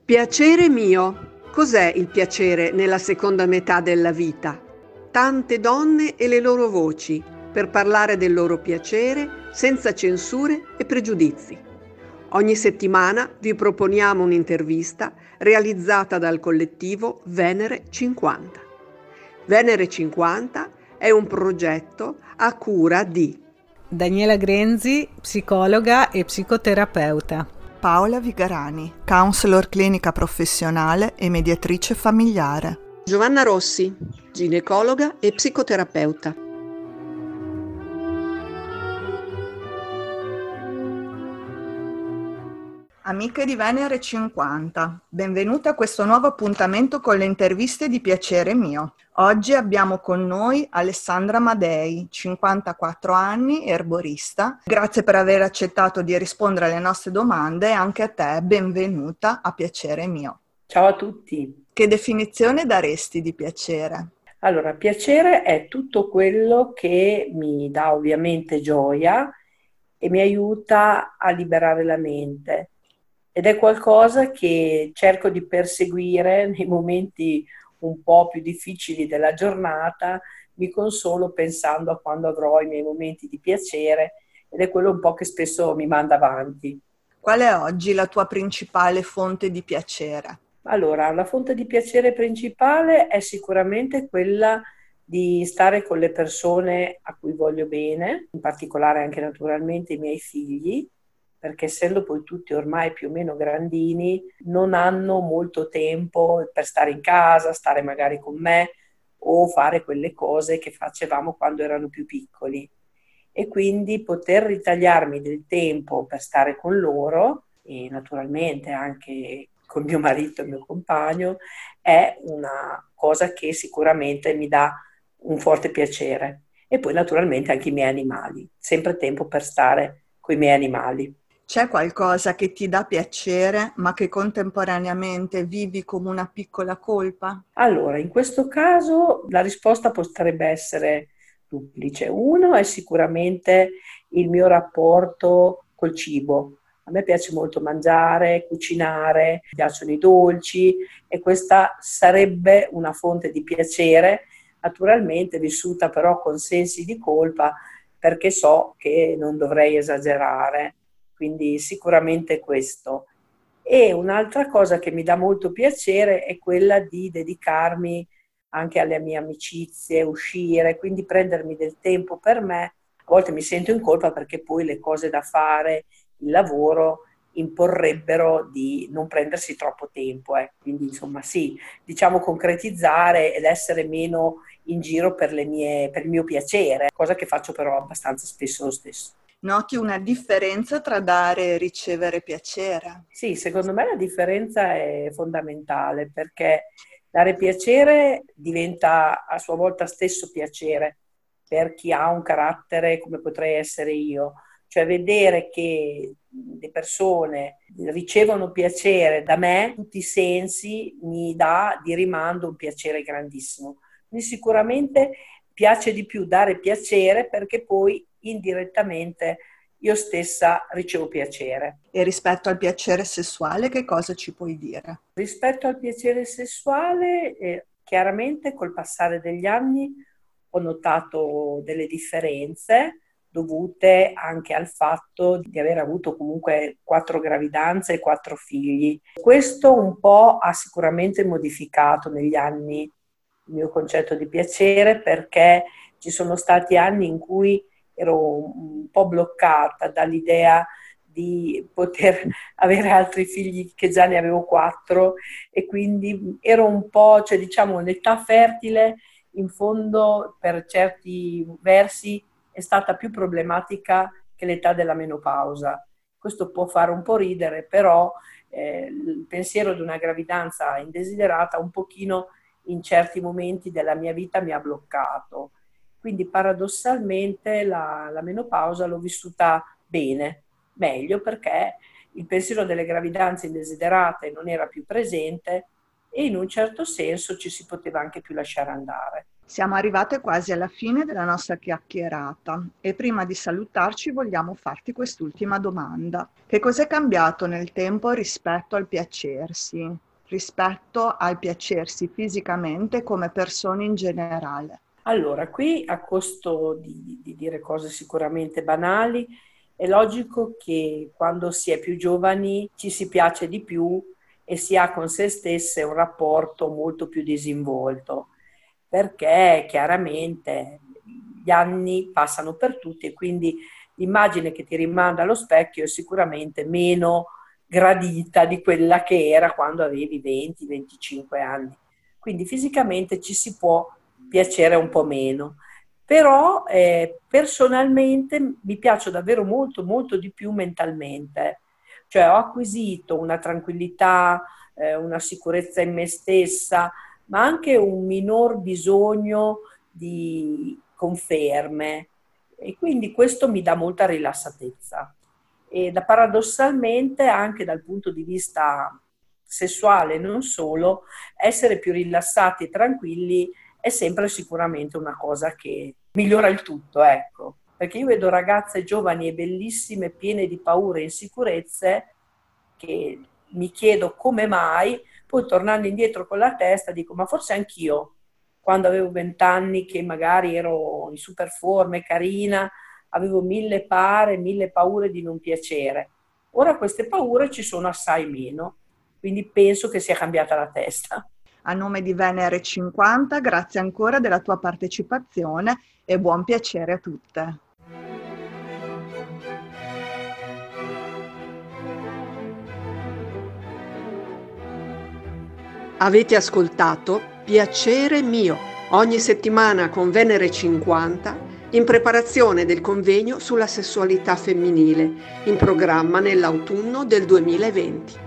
Piacere mio. Cos'è il piacere nella seconda metà della vita? Tante donne e le loro voci per parlare del loro piacere senza censure e pregiudizi. Ogni settimana vi proponiamo un'intervista realizzata dal collettivo Venere 50. Venere 50 è un progetto a cura di Daniela Grenzi, psicologa e psicoterapeuta. Paola Vigarani, counselor clinica professionale e mediatrice familiare. Giovanna Rossi, ginecologa e psicoterapeuta. Amiche di Venere 50, benvenute a questo nuovo appuntamento con le interviste di Piacere mio. Oggi abbiamo con noi Alessandra Madei, 54 anni, erborista. Grazie per aver accettato di rispondere alle nostre domande e anche a te benvenuta a Piacere mio. Ciao a tutti. Che definizione daresti di piacere? Allora, piacere è tutto quello che mi dà ovviamente gioia e mi aiuta a liberare la mente. Ed è qualcosa che cerco di perseguire nei momenti un po' più difficili della giornata, mi consolo pensando a quando avrò i miei momenti di piacere ed è quello un po' che spesso mi manda avanti. Qual è oggi la tua principale fonte di piacere? Allora, la fonte di piacere principale è sicuramente quella di stare con le persone a cui voglio bene, in particolare anche naturalmente i miei figli, perché essendo poi tutti ormai più o meno grandini, non hanno molto tempo per stare in casa, stare magari con me o fare quelle cose che facevamo quando erano più piccoli. E quindi poter ritagliarmi del tempo per stare con loro e naturalmente anche con mio marito e mio compagno è una cosa che sicuramente mi dà un forte piacere. E poi naturalmente anche i miei animali, sempre tempo per stare con i miei animali. C'è qualcosa che ti dà piacere, ma che contemporaneamente vivi come una piccola colpa? Allora, in questo caso la risposta potrebbe essere duplice. Uno è sicuramente il mio rapporto col cibo. A me piace molto mangiare, cucinare, mi piacciono i dolci e questa sarebbe una fonte di piacere, naturalmente vissuta però con sensi di colpa perché so che non dovrei esagerare. Quindi sicuramente questo. E un'altra cosa che mi dà molto piacere è quella di dedicarmi anche alle mie amicizie, uscire, quindi prendermi del tempo per me. A volte mi sento in colpa perché poi le cose da fare, il lavoro, imporrebbero di non prendersi troppo tempo. Quindi insomma sì, diciamo concretizzare ed essere meno in giro per il mio piacere, cosa che faccio però abbastanza spesso lo stesso. Noti una differenza tra dare e ricevere piacere? Sì, secondo me la differenza è fondamentale perché dare piacere diventa a sua volta stesso piacere per chi ha un carattere come potrei essere io. Cioè vedere che le persone ricevono piacere da me, tutti i sensi, mi dà di rimando un piacere grandissimo. Quindi sicuramente piace di più dare piacere perché poi indirettamente io stessa ricevo piacere. E rispetto al piacere sessuale, che cosa ci puoi dire? Rispetto al piacere sessuale, chiaramente col passare degli anni ho notato delle differenze dovute anche al fatto di aver avuto comunque 4 gravidanze e 4 figli. Questo un po' ha sicuramente modificato negli anni il mio concetto di piacere perché ci sono stati anni in cui ero un po' bloccata dall'idea di poter avere altri figli che già ne avevo 4 e quindi ero un po', cioè diciamo l'età fertile in fondo per certi versi è stata più problematica che l'età della menopausa. Questo può fare un po' ridere, però il pensiero di una gravidanza indesiderata un pochino in certi momenti della mia vita mi ha bloccato. Quindi paradossalmente la menopausa l'ho vissuta bene, meglio perché il pensiero delle gravidanze indesiderate non era più presente e in un certo senso ci si poteva anche più lasciare andare. Siamo arrivate quasi alla fine della nostra chiacchierata e prima di salutarci vogliamo farti quest'ultima domanda. Che cos'è cambiato nel tempo rispetto al piacersi? Rispetto al piacersi fisicamente come persone in generale? Allora, qui a costo di dire cose sicuramente banali, è logico che quando si è più giovani ci si piace di più e si ha con se stesse un rapporto molto più disinvolto, perché chiaramente gli anni passano per tutti e quindi l'immagine che ti rimanda allo specchio è sicuramente meno gradita di quella che era quando avevi 20-25 anni. Quindi fisicamente ci si può piacere un po' meno. Però personalmente mi piace davvero molto, molto di più mentalmente. Cioè ho acquisito una tranquillità, una sicurezza in me stessa, ma anche un minor bisogno di conferme. E quindi questo mi dà molta rilassatezza. E paradossalmente, anche dal punto di vista sessuale, non solo, essere più rilassati e tranquilli è sempre sicuramente una cosa che migliora il tutto, ecco. Perché io vedo ragazze giovani e bellissime, piene di paure e insicurezze, che mi chiedo come mai, poi tornando indietro con la testa dico, ma forse anch'io, quando avevo 20 anni, che magari ero in super forma e carina, avevo mille pare, mille paure di non piacere. Ora queste paure ci sono assai meno, quindi penso che sia cambiata la testa. A nome di Venere 50, grazie ancora della tua partecipazione e buon piacere a tutte. Avete ascoltato Piacere mio, ogni settimana con Venere 50, in preparazione del convegno sulla sessualità femminile, in programma nell'autunno del 2020.